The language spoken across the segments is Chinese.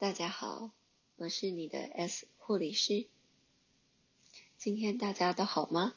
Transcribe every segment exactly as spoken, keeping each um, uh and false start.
大家好，我是你的 S 护理师。今天大家都好吗？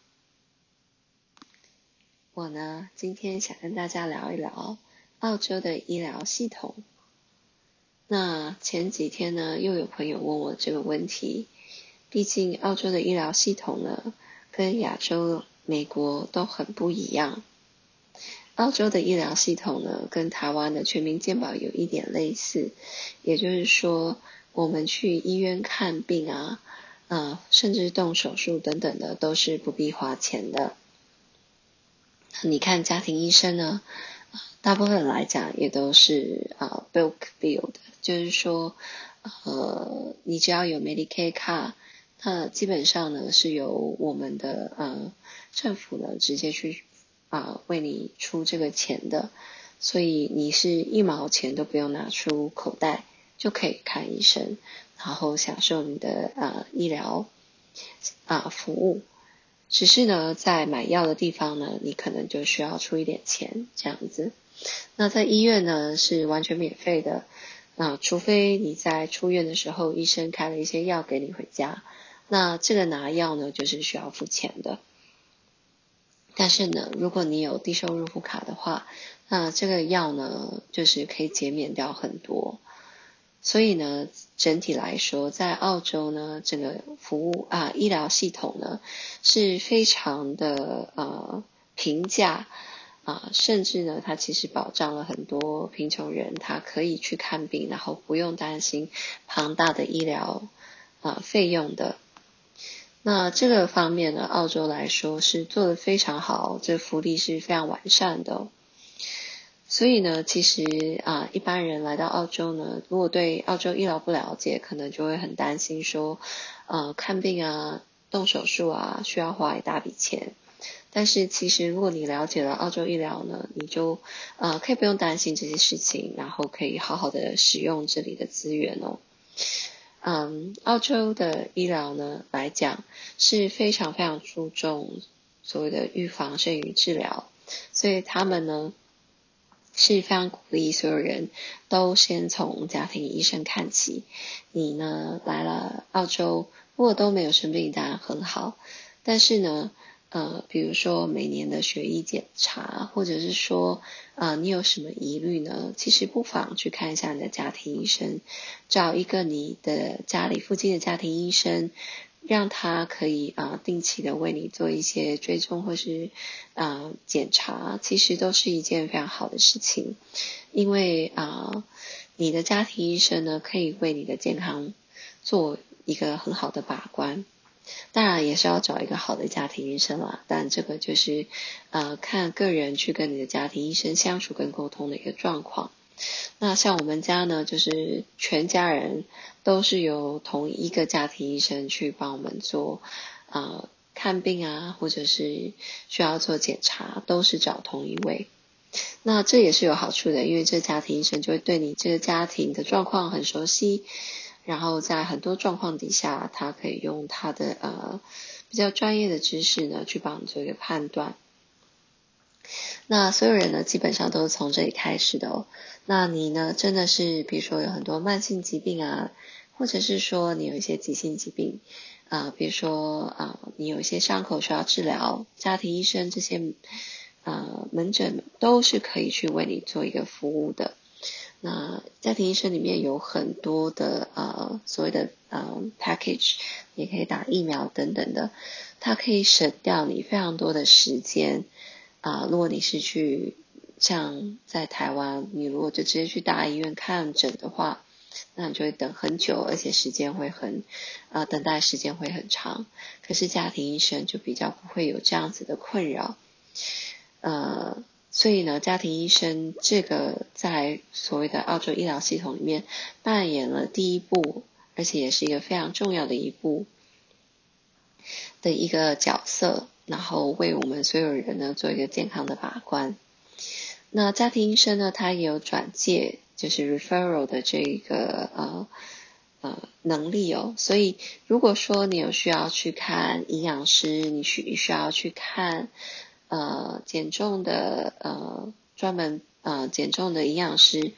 我呢，今天想跟大家聊一聊澳洲的医疗系统。那前几天呢，又有朋友问我这个问题，毕竟澳洲的医疗系统呢，跟亚洲、美国都很不一样。澳洲的医疗系统呢，跟台湾的全民健保有一点类似，也就是说，我们去医院看病啊，呃，甚至动手术等等的，都是不必花钱的。你看家庭医生呢，大部分来讲也都是呃 bulk bill 的，就是说，呃，你只要有 Medicare card，那基本上呢是由我们的呃政府呢直接去啊、呃、为你出这个钱的，所以你是一毛钱都不用拿出口袋就可以看医生，然后享受你的呃医疗啊、呃、服务。只是呢，在买药的地方呢，你可能就需要出一点钱这样子。那在医院呢是完全免费的，啊，除非你在出院的时候，医生开了一些药给你回家，那这个拿药呢就是需要付钱的。但是呢，如果你有低收入户卡的话，那这个药呢就是可以减免掉很多。所以呢，整体来说，在澳洲呢，整个服务啊医疗系统呢是非常的呃平价啊，甚至呢，它其实保障了很多贫穷人，他可以去看病，然后不用担心庞大的医疗啊费用的。那这个方面呢，澳洲来说是做得非常好，这福利是非常完善的哦。所以呢，其实啊，一般人来到澳洲呢，如果对澳洲医疗不了解，可能就会很担心说，呃，看病啊、动手术啊，需要花一大笔钱。但是其实如果你了解了澳洲医疗呢，你就呃可以不用担心这些事情，然后可以好好的使用这里的资源哦。嗯，澳洲的医疗呢来讲是非常非常注重所谓的预防胜于治疗，所以他们呢是非常鼓励所有人都先从家庭医生看起。你呢来了澳洲，如果都没有生病，当然很好。但是呢，呃，比如说每年的血液检查，或者是说，呃，你有什么疑虑呢？其实不妨去看一下你的家庭医生，找一个你的家里附近的家庭医生，让他可以啊、呃、定期的为你做一些追踪或是啊、呃、检查，其实都是一件非常好的事情，因为啊、呃、你的家庭医生呢可以为你的健康做一个很好的把关。当然也是要找一个好的家庭医生啦，但这个就是呃看个人去跟你的家庭医生相处跟沟通的一个状况。那像我们家呢，就是全家人都是由同一个家庭医生去帮我们做呃看病啊，或者是需要做检查，都是找同一位。那这也是有好处的，因为这家庭医生就会对你这个家庭的状况很熟悉，然后在很多状况底下，他可以用他的呃比较专业的知识呢，去帮你做一个判断。那所有人呢，基本上都是从这里开始的哦。那你呢，真的是比如说有很多慢性疾病啊，或者是说你有一些急性疾病啊、呃，比如说啊、呃，你有一些伤口需要治疗，家庭医生这些呃门诊都是可以去为你做一个服务的。那家庭医生里面有很多的呃所谓的呃 package， 也可以打疫苗等等的，它可以省掉你非常多的时间啊、呃。如果你是去像在台湾，你如果就直接去大医院看诊的话，那你就会等很久，而且时间会很呃等待时间会很长。可是家庭医生就比较不会有这样子的困扰，呃。所以呢，家庭医生这个在所谓的澳洲医疗系统里面扮演了第一步，而且也是一个非常重要的一步的一个角色，然后为我们所有人呢做一个健康的把关。那家庭医生呢，他也有转介，就是 referral 的这个呃呃能力哦。所以如果说你有需要去看营养师，你需需要去看呃减重的呃专门呃减重的营养师，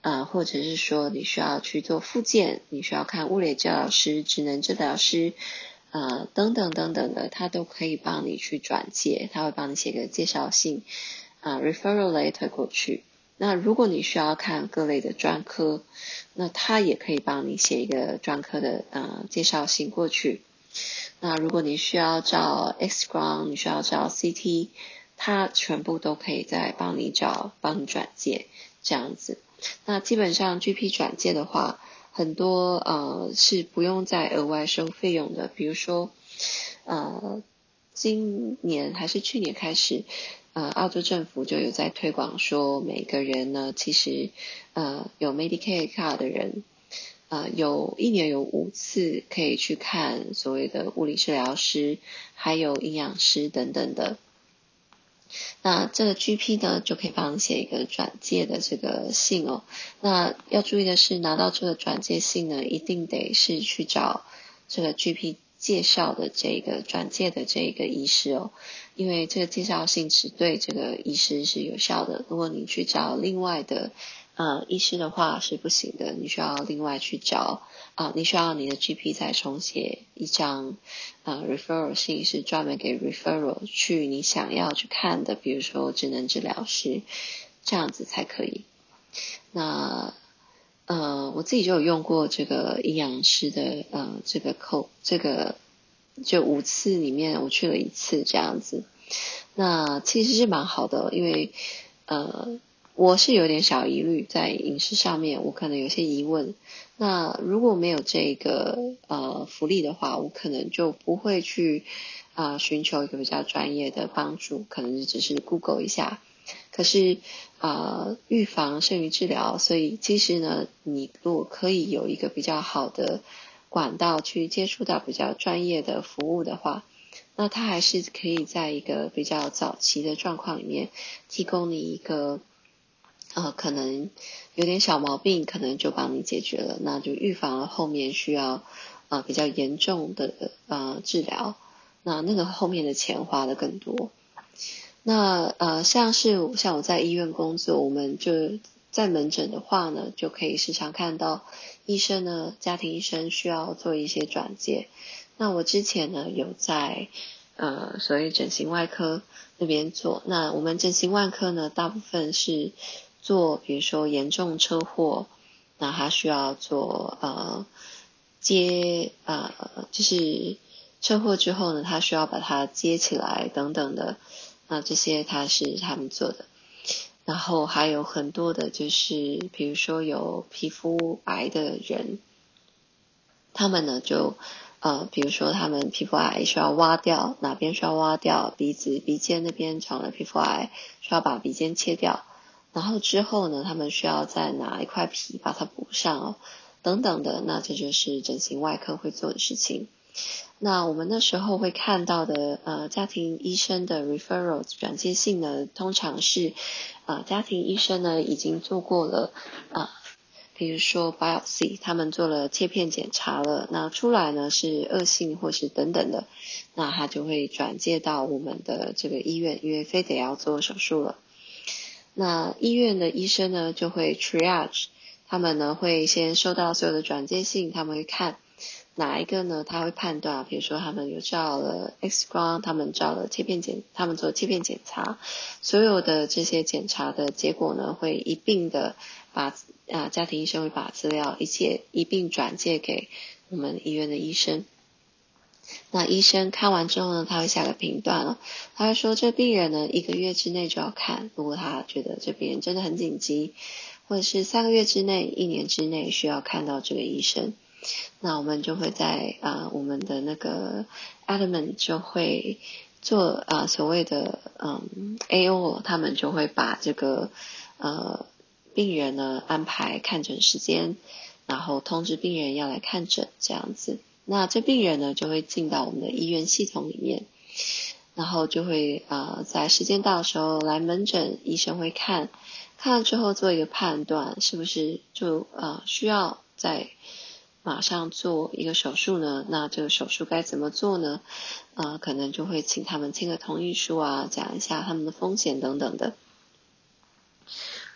呃，或者是说你需要去做复健，你需要看物理治疗师、职能治疗师，呃，等等等等的，他都可以帮你去转介，他会帮你写个介绍信，啊、呃、，referral letter 过去。那如果你需要看各类的专科，那他也可以帮你写一个专科的呃介绍信过去。那如果你需要照 X 光，你需要照 C T， 他全部都可以再帮你找，帮你转介这样子。那基本上 G P 转介的话，很多呃是不用再额外收费用的，比如说呃今年还是去年开始，呃澳洲政府就有在推广说，每个人呢其实呃有 Medicare card 的人，呃有一年有五次可以去看所谓的物理治疗师，还有营养师等等的。那这个 G P 呢，就可以帮你写一个转介的这个信哦。那要注意的是，拿到这个转介信呢，一定得是去找这个 G P 介绍的这个转介的这个医师哦，因为这个介绍信只对这个医师是有效的。如果你去找另外的呃医师的话是不行的，你需要另外去找啊、呃，你需要你的 G P 再重写一张呃 referral 信，是专门给 referral 去你想要去看的，比如说职能治疗师，这样子才可以。那呃，我自己就有用过这个营养师的呃这个扣这个就五次里面我去了一次这样子，那其实是蛮好的，因为呃我是有点小疑虑在饮食上面，我可能有些疑问。那如果没有这个呃福利的话，我可能就不会去啊、呃、寻求一个比较专业的帮助，可能只是 Google 一下。可是啊、呃，预防胜于治疗，所以其实呢，你如果可以有一个比较好的管道去接触到比较专业的服务的话，那它还是可以在一个比较早期的状况里面提供你一个呃可能有点小毛病，可能就帮你解决了，那就预防了后面需要呃比较严重的呃治疗，那那个后面的钱花的更多。那呃，像是像我在医院工作，我们就在门诊的话呢，就可以时常看到医生呢，家庭医生需要做一些转介。那我之前呢，有在呃所谓整形外科那边做。那我们整形外科呢，大部分是做比如说严重车祸，那他需要做呃接呃就是车祸之后呢，他需要把它接起来等等的。那这些他是他们做的，然后还有很多的就是比如说有皮肤癌的人，他们呢就呃比如说他们皮肤癌需要挖掉，哪边需要挖掉，鼻子鼻尖那边长了皮肤癌需要把鼻尖切掉，然后之后呢他们需要再拿一块皮把它补上哦，等等的，那这就是整形外科会做的事情。那我们那时候会看到的呃家庭医生的 referral 转介信呢，通常是呃家庭医生呢已经做过了啊、呃，比如说 biopsy， 他们做了切片检查了，那出来呢是恶性或是等等的，那他就会转介到我们的这个医院，因为非得要做手术了。那医院的医生呢就会 triage， 他们呢会先收到所有的转介信，他们会看哪一个呢？他会判断，比如说他们有照了 X 光，他们照了切片检，他们做切片检查，所有的这些检查的结果呢，会一并的把啊家庭医生会把资料一切一并转介给我们医院的医生。那医生看完之后呢，他会下个评断了，他会说这病人呢一个月之内就要看，如果他觉得这病人真的很紧急，或者是三个月之内、一年之内需要看到这个医生。那我们就会在啊、呃、我们的那个 admin 就会做啊、呃、所谓的嗯 A O， 他们就会把这个呃病人呢安排看诊时间，然后通知病人要来看诊这样子。那这病人呢就会进到我们的医院系统里面，然后就会啊、呃、在时间到的时候来门诊，医生会看看了之后做一个判断，是不是就呃需要在马上做一个手术呢？那这个手术该怎么做呢？呃，可能就会请他们签个同意书啊，讲一下他们的风险等等的。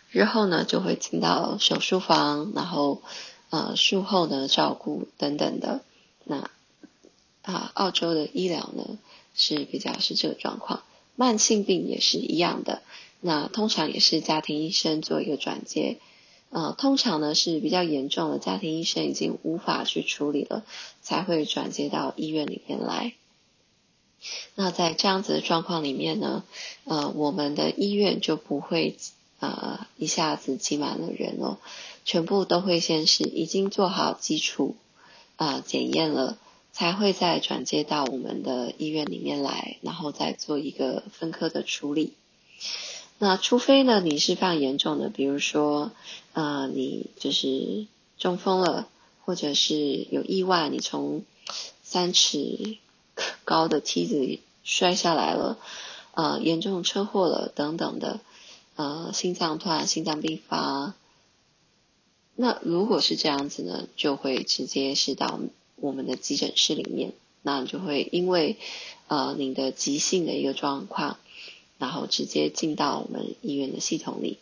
日后呢就会进到手术房，然后呃术后的照顾等等的。那啊，澳洲的医疗呢是比较是这个状况，慢性病也是一样的。那通常也是家庭医生做一个转接，呃，通常呢是比较严重的，家庭医生已经无法去处理了，才会转接到医院里面来。那在这样子的状况里面呢，呃，我们的医院就不会呃一下子挤满了人哦，全部都会先是已经做好基础啊检验了，才会再转接到我们的医院里面来，然后再做一个分科的处理。那除非呢你是非常严重的，比如说呃你就是中风了，或者是有意外，你从三尺高的梯子摔下来了，呃严重车祸了等等的，呃心脏突然心脏病发。那如果是这样子呢，就会直接是到我们的急诊室里面，那就会因为呃你的急性的一个状况，然后直接进到我们医院的系统里。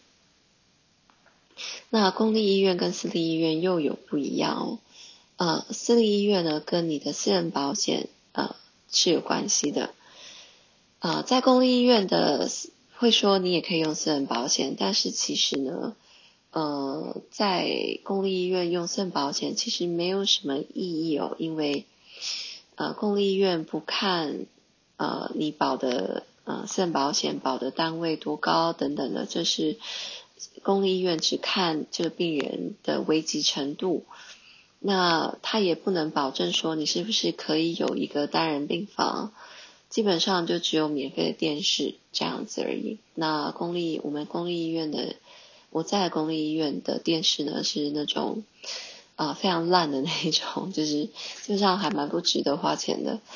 那公立医院跟私立医院又有不一样哦。呃，私立医院呢跟你的私人保险呃是有关系的。呃，在公立医院的会说你也可以用私人保险，但是其实呢，呃，在公立医院用私人保险其实没有什么意义哦，因为呃公立医院不看呃你保的呃私人保险保的单位多高等等的，这是公立医院只看这个病人的危急程度。那他也不能保证说你是不是可以有一个单人病房，基本上就只有免费的电视这样子而已。那公立我们公立医院的我在公立医院的电视呢是那种啊、呃、非常烂的那种，就是基本上还蛮不值得花钱的。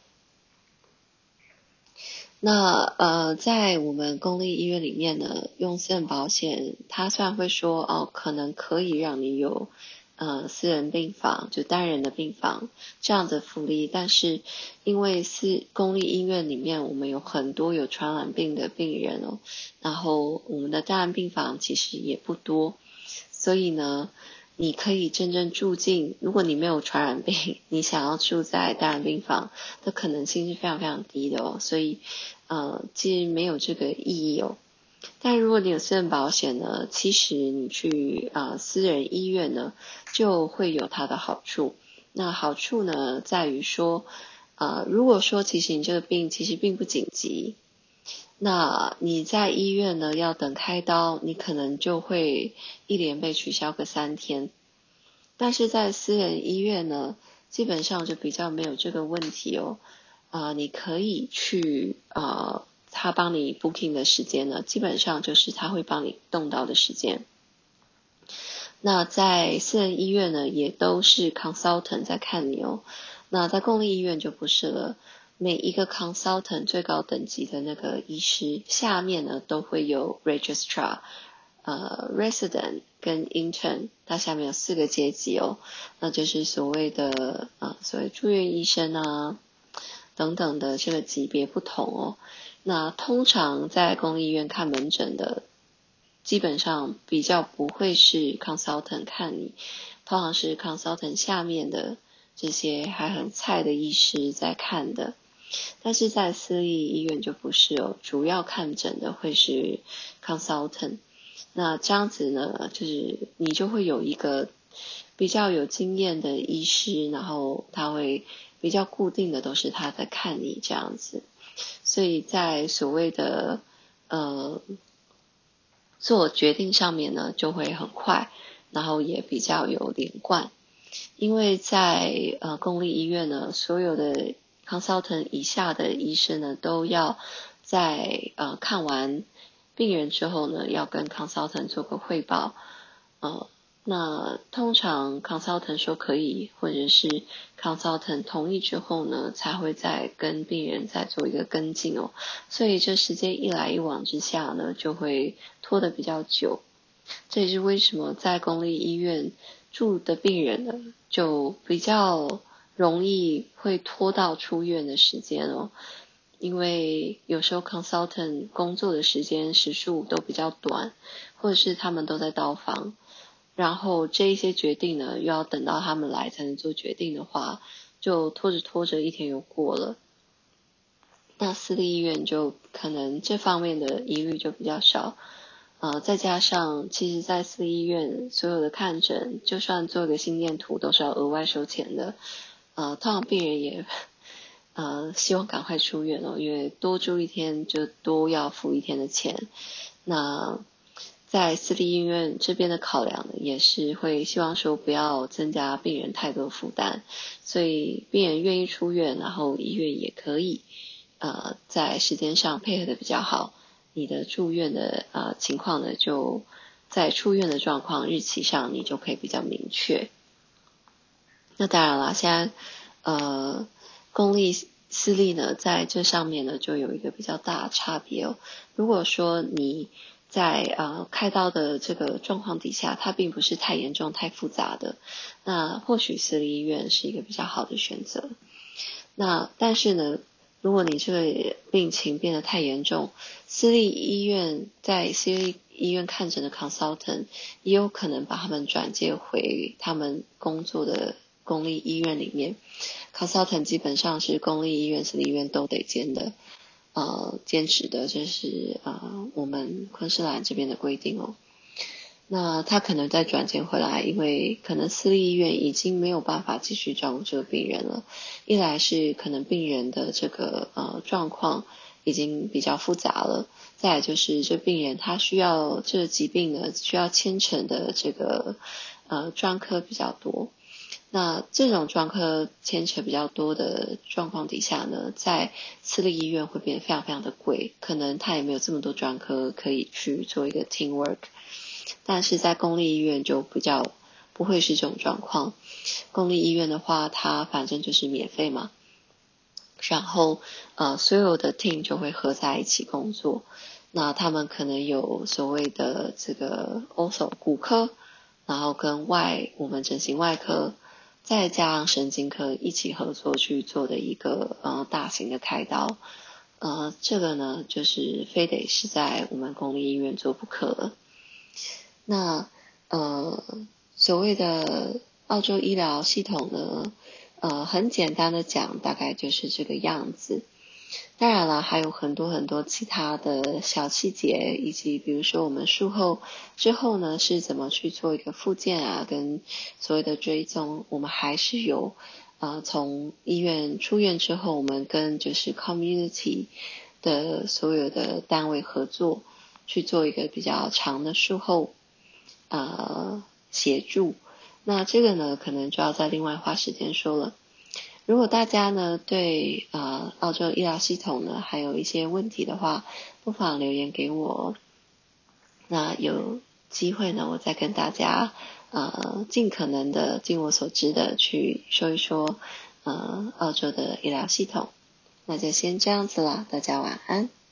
那呃，在我们公立医院里面呢，用私人保险，它虽然会说哦，可能可以让你有呃私人病房，就单人的病房这样的福利，但是因为私公立医院里面我们有很多有传染病的病人哦，然后我们的单人病房其实也不多，所以呢，你可以真正住进，如果你没有传染病，你想要住在单人病房的可能性是非常非常低的哦，所以呃，其实没有这个意义哦。但如果你有私人保险呢，其实你去啊、呃、私人医院呢，就会有它的好处。那好处呢，在于说，呃，如果说其实你这个病其实并不紧急，那你在医院呢要等开刀，你可能就会一连被取消个三天。但是在私人医院呢，基本上就比较没有这个问题哦。啊、呃，你可以去啊、呃，他帮你 booking 的时间呢，基本上就是他会帮你动刀的时间。那在私人医院呢，也都是 consultant 在看你哦。那在公立医院就不是了，每一个 consultant 最高等级的那个医师下面呢，都会有 registrar。呃 resident 跟 intern， 它下面有四个阶级哦，那就是所谓的呃所谓住院医生啊等等的这个级别不同哦。那通常在公立医院看门诊的，基本上比较不会是 consultant 看你，通常是 consultant 下面的这些还很菜的医师在看的。但是在私立医院就不是哦，主要看诊的会是 consultant。那这样子呢，就是你就会有一个比较有经验的医师，然后他会比较固定的都是他在看你这样子，所以在所谓的呃做决定上面呢，就会很快，然后也比较有连贯。因为在呃公立医院呢，所有的 consultant 以下的医生呢，都要在呃看完病人之后呢，要跟 consultant 做个汇报。呃，那通常 consultant 说可以，或者是 consultant 同意之后呢，才会再跟病人再做一个跟进哦。所以这时间一来一往之下呢，就会拖得比较久。这也是为什么在公立医院住的病人呢，就比较容易会拖到出院的时间哦。 因为有时候 consultant 工作的时间时数都比较短，或者是他们都在刀房，然后这一些决定呢又要等到他们来才能做决定的话，就拖着拖着一天又过了。那私立医院就可能这方面的疑虑就比较少，呃，再加上其实在私立医院所有的看诊，就算做个心电图都是要额外收钱的，呃，通常病人也呃希望赶快出院哦，因为多住一天就多要付一天的钱。那在私立医院这边的考量呢，也是会希望说不要增加病人太多负担，所以病人愿意出院，然后医院也可以呃在时间上配合的比较好，你的住院的呃情况呢，就在出院的状况日期上你就可以比较明确。那当然啦，现在呃公立私立呢在这上面呢就有一个比较大的差别哦。如果说你在呃开刀的这个状况底下，它并不是太严重太复杂的，那或许私立医院是一个比较好的选择。那但是呢，如果你这个病情变得太严重，私立医院在私立医院看诊的 consultant 也有可能把他们转介回他们工作的公立医院里面。consultant 基本上是公立医院、私立医院都得兼的，呃，兼职的，这是呃我们昆士兰这边的规定哦。那他可能再转介回来，因为可能私立医院已经没有办法继续照顾这个病人了。一来是可能病人的这个呃状况已经比较复杂了，再来就是这病人他需要这个疾病呢需要牵扯的这个呃专科比较多。那这种专科牵扯比较多的状况底下呢，在私立医院会变得非常非常的贵，可能他也没有这么多专科可以去做一个 teamwork。但是在公立医院就比较不会是这种状况。公立医院的话，它反正就是免费嘛，然后呃所有的 team 就会合在一起工作。那他们可能有所谓的这个 also 骨科，然后跟外我们整形外科，再加上神经科一起合作去做的一个呃大型的开刀。呃，这个呢就是非得是在我们公立医院做不可了。那呃，所谓的澳洲医疗系统呢，呃，很简单的讲，大概就是这个样子。当然了，还有很多很多其他的小细节，以及比如说我们术后之后呢，是怎么去做一个复健啊，跟所谓的追踪，我们还是有呃，从医院出院之后，我们跟就是 community 的所有的单位合作，去做一个比较长的术后呃协助。那这个呢，可能就要再另外花时间说了。如果大家呢对呃澳洲医疗系统呢还有一些问题的话，不妨留言给我。那有机会呢，我再跟大家呃尽可能的尽我所知的去说一说呃澳洲的医疗系统。那就先这样子啦，大家晚安。